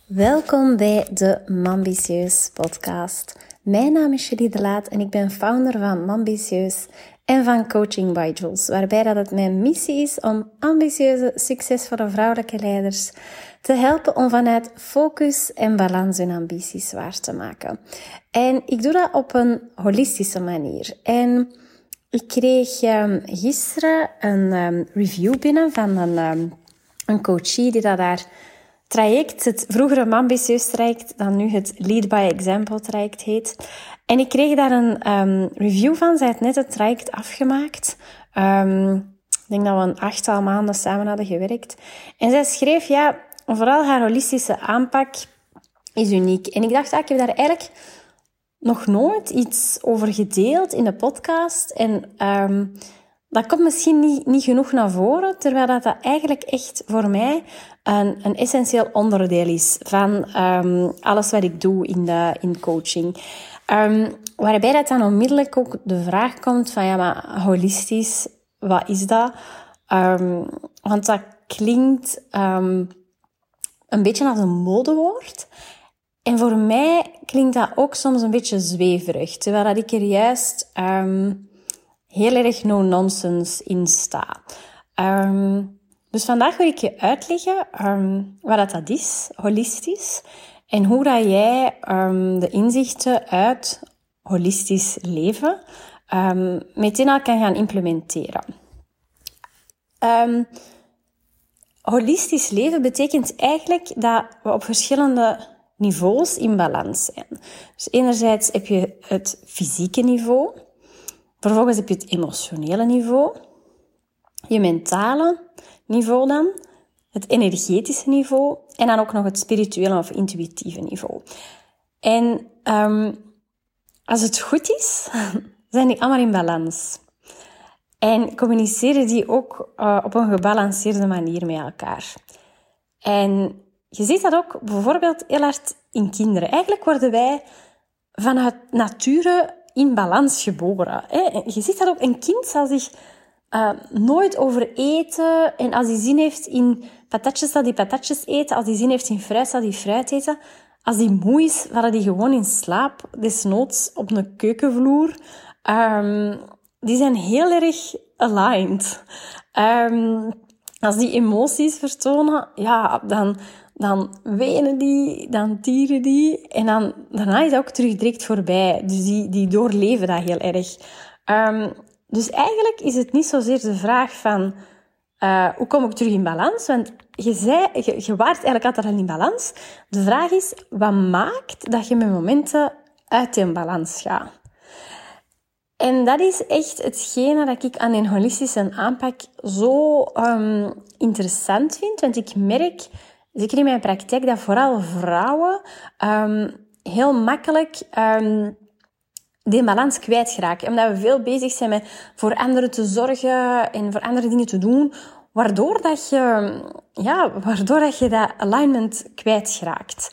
Welkom bij de Mambitieus podcast. Mijn naam is Julie de Laat en ik ben founder van Mambitieus en van Coaching by Jules, waarbij dat het mijn missie is om ambitieuze, succesvolle vrouwelijke leiders te helpen om vanuit focus en balans hun ambities waar te maken. En ik doe dat op een holistische manier. En ik kreeg gisteren een review binnen van een coachie die dat daar traject, het vroegere Mambitieus traject, dat nu het Lead by Example traject heet. En ik kreeg daar een review van. Zij had net het traject afgemaakt. Ik denk dat we een 8-tal maanden samen hadden gewerkt. En zij schreef, vooral haar holistische aanpak is uniek. En ik dacht, ik heb daar eigenlijk nog nooit iets over gedeeld in de podcast. En dat komt misschien niet genoeg naar voren, terwijl dat eigenlijk echt voor mij een essentieel onderdeel is van alles wat ik doe in coaching. Waarbij dat dan onmiddellijk ook de vraag komt van, maar holistisch, wat is dat? Want dat klinkt een beetje als een modewoord. En voor mij klinkt dat ook soms een beetje zweverig, terwijl dat ik er juist heel erg no-nonsense in sta. Dus vandaag wil ik je uitleggen wat dat is, holistisch, en hoe dat jij de inzichten uit holistisch leven meteen al kan gaan implementeren. Holistisch leven betekent eigenlijk dat we op verschillende niveaus in balans zijn. Dus enerzijds heb je het fysieke niveau, vervolgens heb je het emotionele niveau, je mentale niveau dan, het energetische niveau en dan ook nog het spirituele of intuïtieve niveau. En als het goed is, zijn die allemaal in balans. En communiceren die ook op een gebalanceerde manier met elkaar. En je ziet dat ook bijvoorbeeld heel hard in kinderen. Eigenlijk worden wij vanuit nature in balans geboren. Je ziet dat ook, een kind zal zich nooit overeten. En als hij zin heeft in patatjes, zal hij patatjes eten. Als hij zin heeft in fruit, zal hij fruit eten. Als hij moe is, vallen hij gewoon in slaap. Desnoods op een keukenvloer. Die zijn heel erg aligned. Als die emoties vertonen, dan wenen die, dan tieren die. En daarna is dat ook terug direct voorbij. Dus die doorleven dat heel erg. Dus eigenlijk is het niet zozeer de vraag van hoe kom ik terug in balans? Want je waart eigenlijk altijd al in balans. De vraag is, wat maakt dat je met momenten uit die balans gaat? En dat is echt hetgene dat ik aan een holistische aanpak zo interessant vind. Want ik merk, zeker in mijn praktijk, dat vooral vrouwen heel makkelijk die balans kwijtraken. Omdat we veel bezig zijn met voor anderen te zorgen en voor andere dingen te doen, waardoor dat je dat alignment kwijtraakt.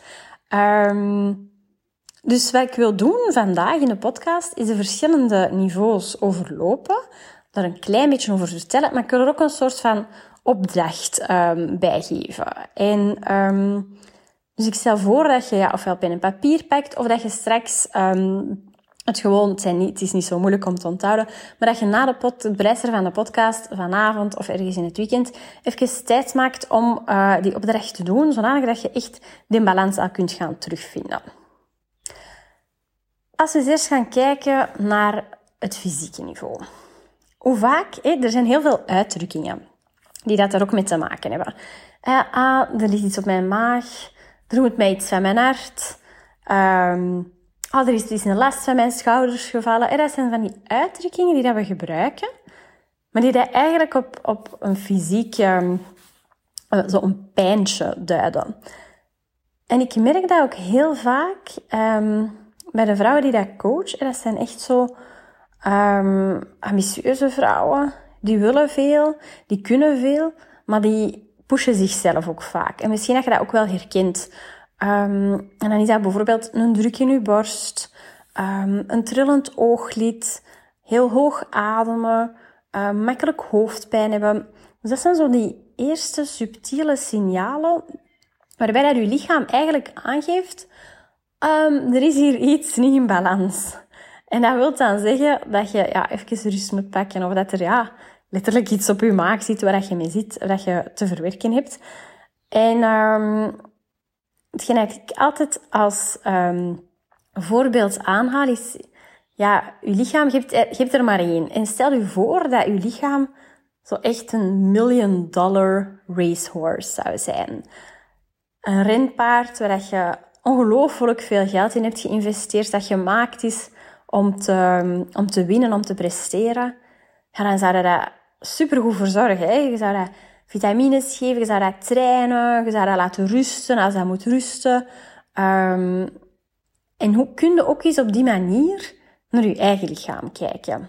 Dus wat ik wil doen vandaag in de podcast is de verschillende niveaus overlopen, daar een klein beetje over vertellen, maar ik wil er ook een soort van opdracht bij geven. En dus ik stel voor dat je ofwel pen en papier pakt, of dat je straks het is niet zo moeilijk om te onthouden, maar dat je na het beluisteren van de podcast vanavond of ergens in het weekend even tijd maakt om die opdracht te doen, zodanig dat je echt die balans al kunt gaan terugvinden. Als we eerst gaan kijken naar het fysieke niveau. Hoe vaak, er zijn heel veel uitdrukkingen die dat er ook mee te maken hebben. Er ligt iets op mijn maag, er moet mij iets van mijn hart, er is een last van mijn schouders gevallen. Dat zijn van die uitdrukkingen die dat we gebruiken, maar die dat eigenlijk op een fysiek, zo'n pijntje duiden. En ik merk dat ook heel vaak bij de vrouwen die dat coach. Dat zijn echt zo ambitieuze vrouwen. Die willen veel, die kunnen veel, maar die pushen zichzelf ook vaak. En misschien dat je dat ook wel herkent. En dan is dat bijvoorbeeld een druk in je borst, een trillend ooglid, heel hoog ademen, makkelijk hoofdpijn hebben. Dus dat zijn zo die eerste subtiele signalen waarbij dat je lichaam eigenlijk aangeeft, er is hier iets niet in balans. En dat wil dan zeggen dat je even rust moet pakken of dat er letterlijk iets op je maag zit waar je mee zit, dat je te verwerken hebt. En hetgeen dat ik altijd als voorbeeld aanhaal is, je lichaam, je hebt er maar één. En stel je voor dat je lichaam zo echt $1 million racehorse zou zijn. Een renpaard waar je ongelooflijk veel geld in hebt geïnvesteerd, dat gemaakt is om te winnen, om te presteren. Ja, dan zou je dat supergoed voor zorgen. Hè? Je zou dat vitamines geven, je zou dat trainen, je zou dat laten rusten als dat moet rusten. En hoe kun je ook eens op die manier naar je eigen lichaam kijken?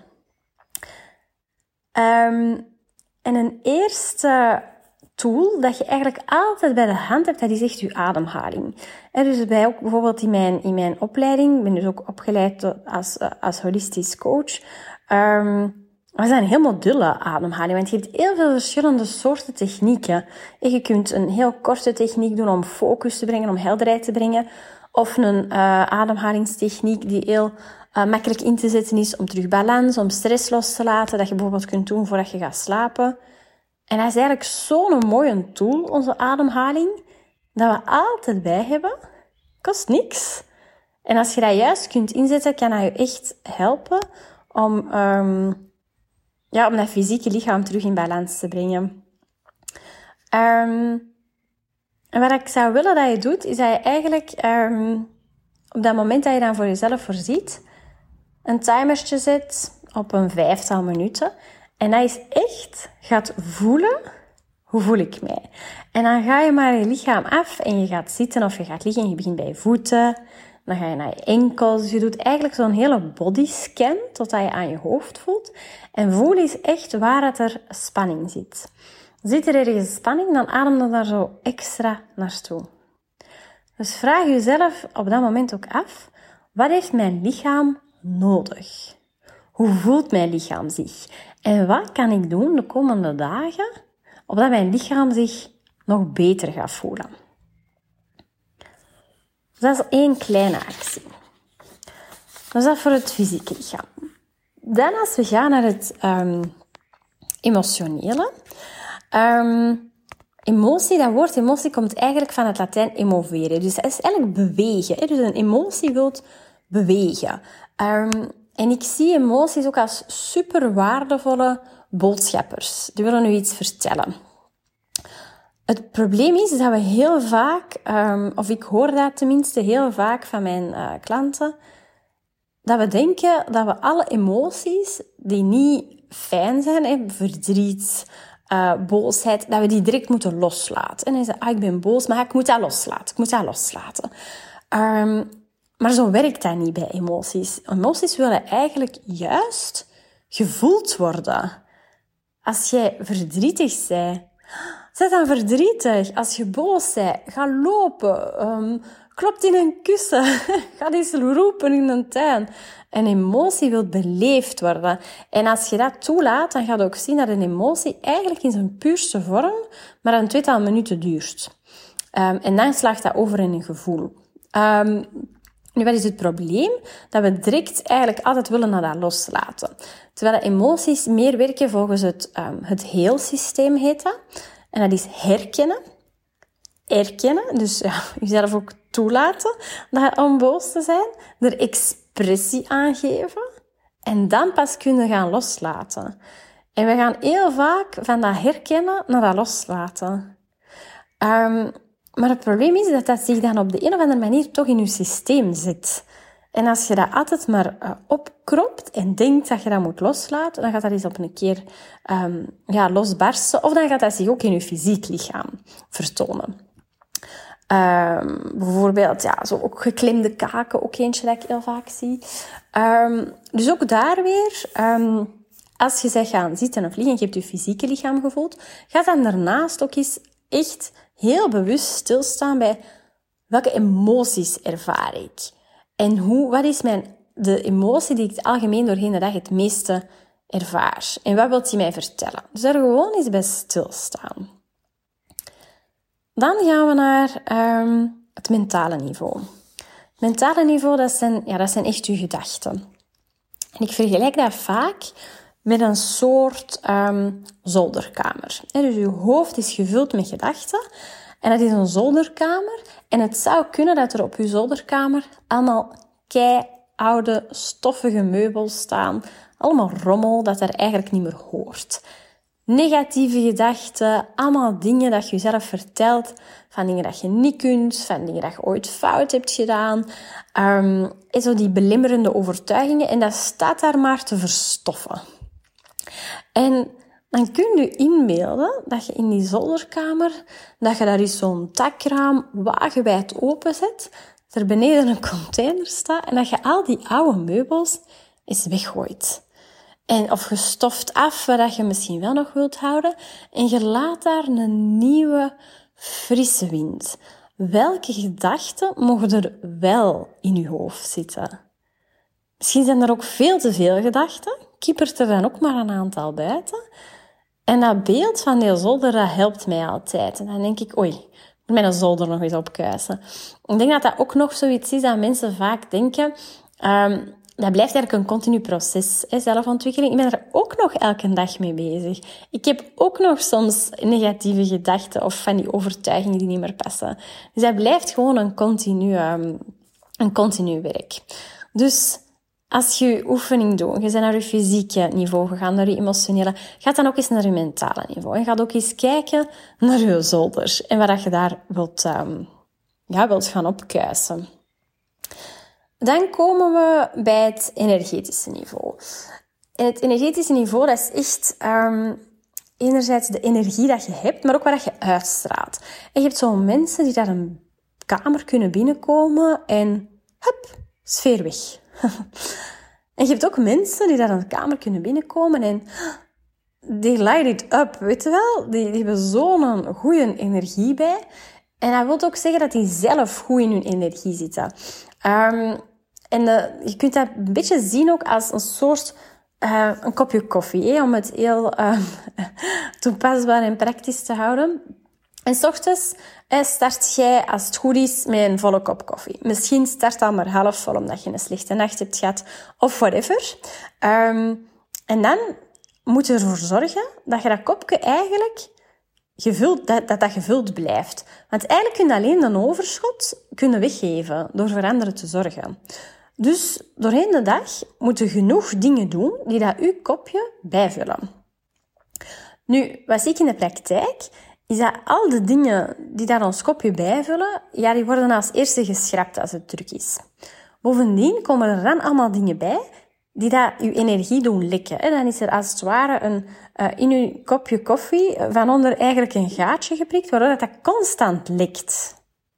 En een eerste tool dat je eigenlijk altijd bij de hand hebt, dat is echt je ademhaling. En dus ook bijvoorbeeld in mijn opleiding, ik ben dus ook opgeleid als holistisch coach. We zijn een heel module ademhaling, want je hebt heel veel verschillende soorten technieken. En je kunt een heel korte techniek doen om focus te brengen, om helderheid te brengen. Of een ademhalingstechniek die heel makkelijk in te zetten is om terug balans, om stress los te laten, dat je bijvoorbeeld kunt doen voordat je gaat slapen. En dat is eigenlijk zo'n mooie tool, onze ademhaling, dat we altijd bij hebben. Kost niks. En als je dat juist kunt inzetten, kan dat je echt helpen om dat fysieke lichaam terug in balans te brengen. En wat ik zou willen dat je doet, is dat je eigenlijk op dat moment dat je dan voor jezelf voorziet, een timertje zet op een 5-tal minuten. En dat is echt gaat voelen, hoe voel ik mij? En dan ga je maar je lichaam af en je gaat zitten of je gaat liggen en je begint bij je voeten. Dan ga je naar je enkels. Dus je doet eigenlijk zo'n hele bodyscan totdat je aan je hoofd voelt. En voel is echt waar dat er spanning zit. Zit er ergens spanning, dan adem je daar zo extra naartoe. Dus vraag jezelf op dat moment ook af, wat heeft mijn lichaam nodig? Hoe voelt mijn lichaam zich? En wat kan ik doen de komende dagen, opdat mijn lichaam zich nog beter gaat voelen? Dus dat is één kleine actie. Dat is dat voor het fysieke lichaam. Dan als we gaan naar het emotionele. Emotie, dat woord emotie komt eigenlijk van het Latijn emovere. Dus dat is eigenlijk bewegen. Hè? Dus een emotie wil bewegen. En ik zie emoties ook als super waardevolle boodschappers. Die willen u iets vertellen. Het probleem is dat we heel vaak, of ik hoor dat tenminste heel vaak van mijn klanten, dat we denken dat we alle emoties die niet fijn zijn, verdriet, boosheid, dat we die direct moeten loslaten. En dan zeggen ik ben boos, maar ik moet dat loslaten. Maar zo werkt dat niet bij emoties. Emoties willen eigenlijk juist gevoeld worden. Als jij verdrietig bent, zet dan verdrietig. Als je boos bent, ga lopen. Klopt in een kussen. Ga eens roepen in een tuin. Een emotie wil beleefd worden. En als je dat toelaat, dan ga je ook zien dat een emotie eigenlijk in zijn puurste vorm maar een 2-tal minuten duurt. En dan slaagt dat over in een gevoel. Nu, wat is het probleem? Dat we direct eigenlijk altijd willen naar dat loslaten. Terwijl de emoties meer werken volgens het heelsysteem heet dat. En dat is herkennen. Erkennen, dus jezelf ook toelaten om boos te zijn. Er expressie aan geven. En dan pas kunnen gaan loslaten. En we gaan heel vaak van dat herkennen naar dat loslaten. Maar het probleem is dat zich dan op de een of andere manier toch in je systeem zit. En als je dat altijd maar opkropt en denkt dat je dat moet loslaten, dan gaat dat eens op een keer losbarsten. Of dan gaat dat zich ook in je fysiek lichaam vertonen. Bijvoorbeeld, zo ook geklemde kaken, ook eentje dat ik heel vaak zie. Dus ook daar weer, als je zegt gaan zitten of liggen en je hebt je fysieke lichaam gevoeld, ga dan daarnaast ook eens echt heel bewust stilstaan bij welke emoties ervaar ik. En wat is de emotie die ik algemeen doorheen de dag het meeste ervaar. En wat wil die mij vertellen? Dus daar gewoon eens bij stilstaan. Dan gaan we naar het mentale niveau. Het mentale niveau, dat zijn echt je gedachten. En ik vergelijk dat vaak met een soort zolderkamer. Dus je hoofd is gevuld met gedachten en dat is een zolderkamer. En het zou kunnen dat er op je zolderkamer allemaal keioude, stoffige meubels staan. Allemaal rommel dat er eigenlijk niet meer hoort. Negatieve gedachten, allemaal dingen dat je jezelf vertelt, van dingen dat je niet kunt, van dingen dat je ooit fout hebt gedaan. En zo die belemmerende overtuigingen. En dat staat daar maar te verstoffen. En dan kun je inbeelden dat je in die zolderkamer, dat je daar eens zo'n dakraam wagenwijd openzet, dat er beneden een container staat en dat je al die oude meubels eens weggooit. En of je stoft af wat je misschien wel nog wilt houden en je laat daar een nieuwe, frisse wind. Welke gedachten mogen er wel in je hoofd zitten? Misschien zijn er ook veel te veel gedachten. Kiepert er dan ook maar een aantal buiten. En dat beeld van die zolder, dat helpt mij altijd. En dan denk ik, oei, ik moet mijn zolder nog eens opkuisen. Ik denk dat dat ook nog zoiets is dat mensen vaak denken. Dat blijft eigenlijk een continu proces, zelfontwikkeling. Ik ben er ook nog elke dag mee bezig. Ik heb ook nog soms negatieve gedachten of van die overtuigingen die niet meer passen. Dus dat blijft gewoon een continu werk. Dus als je oefening doet, je bent naar je fysieke niveau gegaan, naar je emotionele, ga dan ook eens naar je mentale niveau. En ga ook eens kijken naar je zolder en wat je daar wilt gaan opkuisen. Dan komen we bij het energetische niveau. En het energetische niveau, dat is echt enerzijds de energie dat je hebt, maar ook wat je uitstraalt. En je hebt zo'n mensen die daar een kamer kunnen binnenkomen en hup, sfeer weg. En je hebt ook mensen die daar een kamer kunnen binnenkomen en die light it up, weet je wel? Die hebben zo'n goede energie bij. En dat wil ook zeggen dat die zelf goed in hun energie zitten. Je kunt dat een beetje zien ook als een soort een kopje koffie, om het heel toepasbaar en praktisch te houden. En 's ochtends start jij, als het goed is, met een volle kop koffie. Misschien start al maar half vol, omdat je een slechte nacht hebt gehad, of whatever. En dan moet je ervoor zorgen dat je dat kopje eigenlijk dat gevuld blijft. Want eigenlijk kun je alleen een overschot weggeven door voor anderen te zorgen. Dus doorheen de dag moet je genoeg dingen doen die dat je kopje bijvullen. Nu, wat zie ik in de praktijk, is dat al de dingen die daar ons kopje bijvullen, die worden als eerste geschrapt als het druk is. Bovendien komen er dan allemaal dingen bij die dat je energie doen lekken. Dan is er als het ware in je kopje koffie van onder eigenlijk een gaatje geprikt, waardoor dat constant lekt.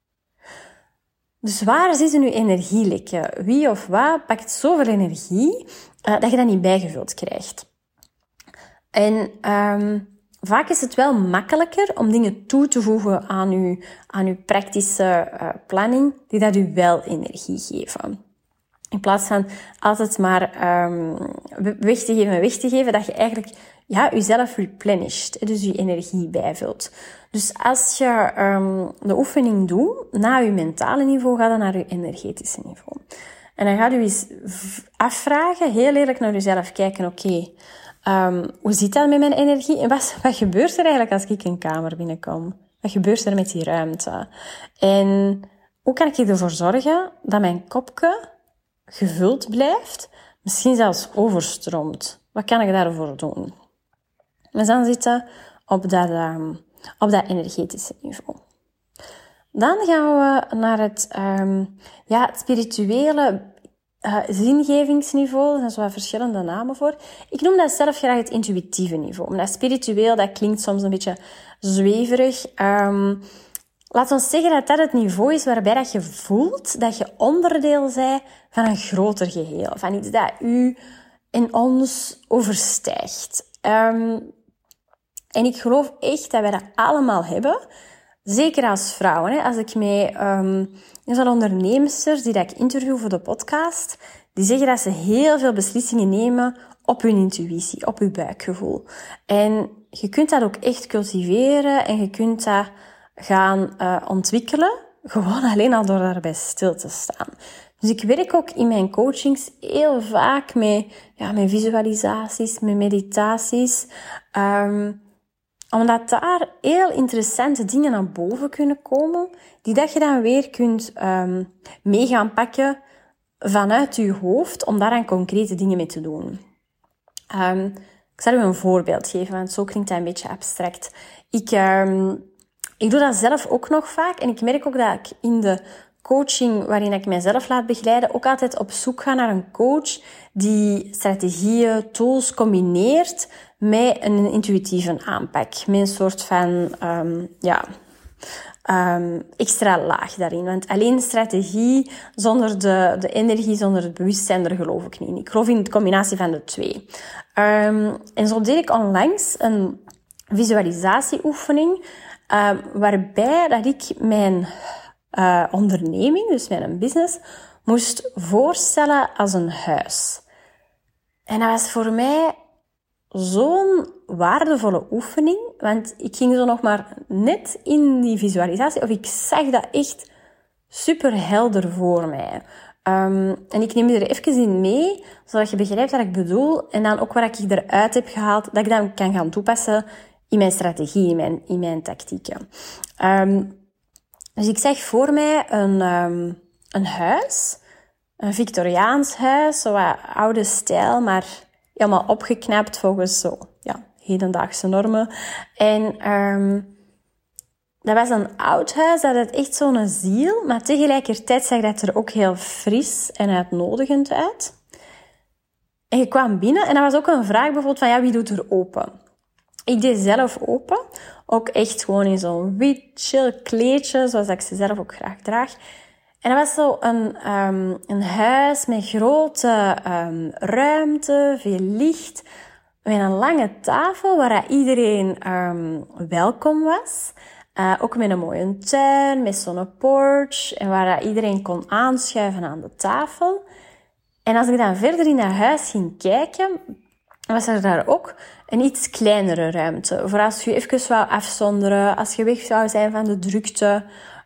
Dus waar zitten je energielekken? Wie of wat pakt zoveel energie dat je dat niet bijgevuld krijgt? En vaak is het wel makkelijker om dingen toe te voegen aan je praktische planning die dat u wel energie geven. In plaats van altijd maar weg te geven, dat je eigenlijk jezelf replenisht, dus je energie bijvult. Dus als je de oefening doet, na je mentale niveau, ga dan naar je energetische niveau. En dan ga je eens afvragen, heel eerlijk naar jezelf kijken, oké, hoe zit dat met mijn energie? En wat gebeurt er eigenlijk als ik een kamer binnenkom? Wat gebeurt er met die ruimte? En hoe kan ik ervoor zorgen dat mijn kopje gevuld blijft, misschien zelfs overstroomt? Wat kan ik daarvoor doen? We dan zitten op dat energetische niveau. Dan gaan we naar het spirituele zingevingsniveau. Er zijn zo wat verschillende namen voor. Ik noem dat zelf graag het intuïtieve niveau. Omdat spiritueel, dat klinkt soms een beetje zweverig. Laat ons zeggen dat dat het niveau is waarbij dat je voelt dat je onderdeel bent van een groter geheel. Van iets dat u en ons overstijgt. En ik geloof echt dat wij dat allemaal hebben. Zeker als vrouwen. Als ik met ondernemers die dat ik interview voor de podcast, die zeggen dat ze heel veel beslissingen nemen op hun intuïtie, op hun buikgevoel. En je kunt dat ook echt cultiveren en je kunt dat gaan ontwikkelen. Gewoon alleen al door daarbij stil te staan. Dus ik werk ook in mijn coachings heel vaak met visualisaties, met meditaties. Omdat daar heel interessante dingen naar boven kunnen komen. Die dat je dan weer kunt mee gaan pakken vanuit je hoofd. Om daar dan concrete dingen mee te doen. Ik zal u een voorbeeld geven, want zo klinkt dat een beetje abstract. Ik doe dat zelf ook nog vaak. En ik merk ook dat ik in de coaching waarin ik mijzelf laat begeleiden, ook altijd op zoek ga naar een coach die strategieën, tools combineert met een intuïtieve aanpak. Met een soort van extra laag daarin. Want alleen strategie zonder de energie, zonder het bewustzijn, daar geloof ik niet in. Ik geloof in de combinatie van de twee. En zo deed ik onlangs een visualisatieoefening waarbij dat ik mijn onderneming, dus mijn business, moest voorstellen als een huis. En dat was voor mij zo'n waardevolle oefening, want ik ging zo nog maar net in die visualisatie, of ik zag dat echt super helder voor mij. En ik neem je er even in mee, zodat je begrijpt wat ik bedoel, en dan ook wat ik eruit heb gehaald, dat ik dan kan gaan toepassen in mijn strategie, in mijn tactieken. Dus ik zag voor mij een huis, een Victoriaans huis, zo wat oude stijl, maar helemaal opgeknapt volgens hedendaagse normen. En dat was een oud huis, dat had echt zo'n ziel, maar tegelijkertijd zag dat er ook heel fris en uitnodigend uit. En je kwam binnen en dat was ook een vraag bijvoorbeeld van, wie doet er open? Ik deed zelf open, ook echt gewoon in zo'n wit, chill kleedje, zoals ik ze zelf ook graag draag. En dat was zo een huis met grote ruimte, veel licht, met een lange tafel waar iedereen welkom was. Ook met een mooie tuin, met zo'n porch, en waar iedereen kon aanschuiven aan de tafel. En als ik dan verder in dat huis ging kijken, was er daar ook een iets kleinere ruimte. Voor als je even wou afzonderen, als je weg zou zijn van de drukte,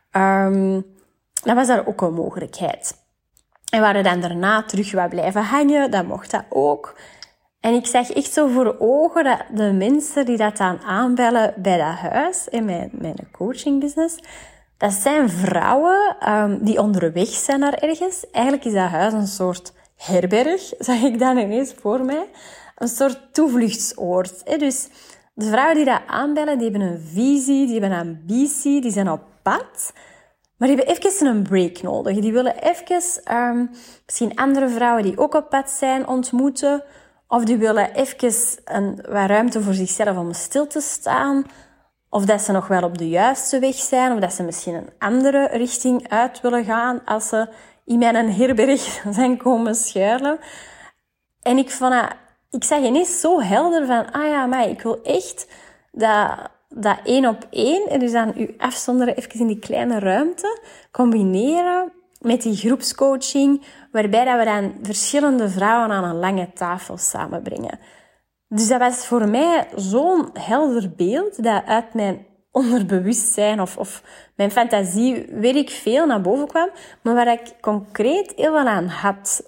dan was daar ook een mogelijkheid. En waar dan daarna terug wou blijven hangen, dan mocht dat ook. En ik zag echt zo voor ogen dat de mensen die dat dan aanbellen bij dat huis, in mijn coachingbusiness, dat zijn vrouwen die onderweg zijn naar ergens. Eigenlijk is dat huis een soort herberg, zag ik dan ineens voor mij. Een soort toevluchtsoord. Dus de vrouwen die dat aanbellen, die hebben een visie, die hebben een ambitie, die zijn op pad. Maar die hebben even een break nodig. Die willen even misschien andere vrouwen die ook op pad zijn ontmoeten. Of die willen even wat ruimte voor zichzelf om stil te staan. Of dat ze nog wel op de juiste weg zijn. Of dat ze misschien een andere richting uit willen gaan als ze in mijn herberg zijn komen schuilen. En ik zag ineens zo helder van, maar ik wil echt dat 1 op 1, en dus dan u afzonderen even in die kleine ruimte, combineren met die groepscoaching, waarbij dat we dan verschillende vrouwen aan een lange tafel samenbrengen. Dus dat was voor mij zo'n helder beeld, dat uit mijn onderbewustzijn of mijn fantasie weet ik veel naar boven kwam, maar waar ik concreet heel veel aan had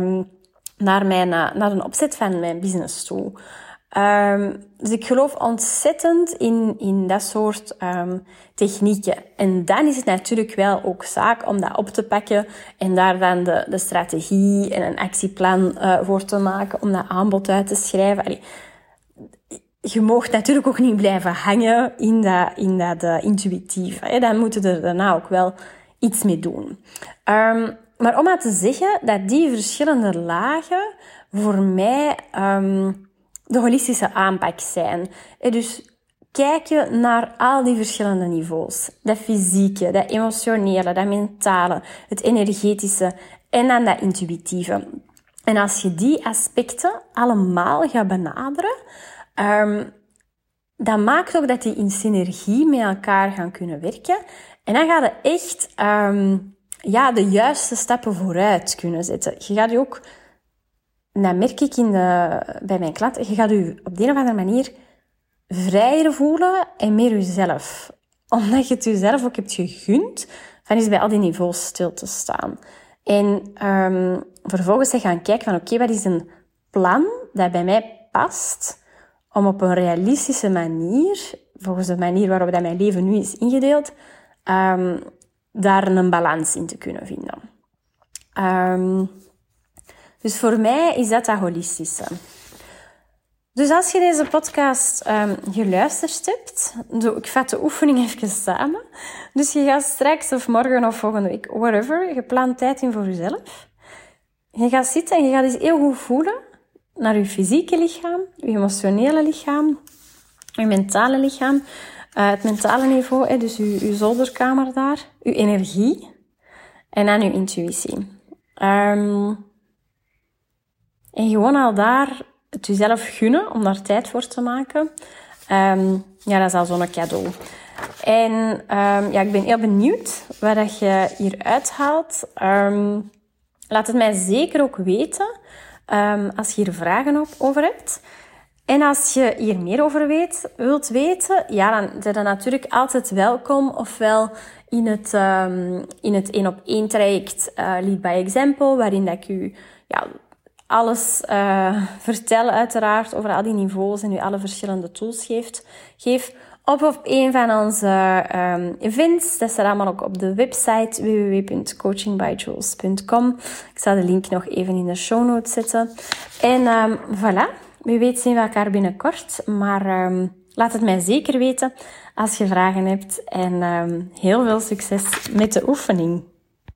naar de opzet van mijn business toe. Dus ik geloof ontzettend in dat soort technieken. En dan is het natuurlijk wel ook zaak om dat op te pakken en daar dan de strategie en een actieplan voor te maken, om dat aanbod uit te schrijven. Allee, je mag natuurlijk ook niet blijven hangen in dat intuïtieve. Hè. Dan moeten er daarna ook wel iets mee doen. Maar om maar te zeggen dat die verschillende lagen voor mij de holistische aanpak zijn. Dus kijken naar al die verschillende niveaus. Dat fysieke, dat emotionele, dat mentale, het energetische en dan dat intuïtieve. En als je die aspecten allemaal gaat benaderen, dan maakt ook dat die in synergie met elkaar gaan kunnen werken. En dan gaat het echt de juiste stappen vooruit kunnen zetten. Je gaat je ook, dat merk ik bij mijn klanten, je gaat je op de een of andere manier vrijer voelen en meer jezelf omdat je het jezelf ook hebt gegund van eens bij al die niveaus stil te staan. En vervolgens te gaan kijken van oké, wat is een plan dat bij mij past om op een realistische manier, volgens de manier waarop dat mijn leven nu is ingedeeld, daar een balans in te kunnen vinden. Dus voor mij is dat holistische. Dus als je deze podcast geluisterd hebt, ik vat de oefening even samen. Dus je gaat straks of morgen of volgende week, whatever, je plant tijd in voor jezelf. Je gaat zitten en je gaat eens heel goed voelen naar je fysieke lichaam, je emotionele lichaam, je mentale lichaam, het mentale niveau, dus je zolderkamer daar, je energie en dan je intuïtie. En gewoon al daar het jezelf gunnen om daar tijd voor te maken, dat is al zo'n cadeau. En ik ben heel benieuwd wat je hier uithaalt. Laat het mij zeker ook weten als je hier vragen over hebt. En als je hier meer over wilt weten, dan ben je natuurlijk altijd welkom. Ofwel in het 1-op-1 traject Lead by Example, waarin dat ik u alles vertel uiteraard over al die niveaus en u alle verschillende tools geef. Of op een van onze events. Dat staat allemaal ook op de website www.coachingbyjules.com. Ik zal de link nog even in de show notes zetten. En voilà. Wie weet zien we elkaar binnenkort. Maar laat het mij zeker weten als je vragen hebt. En heel veel succes met de oefening.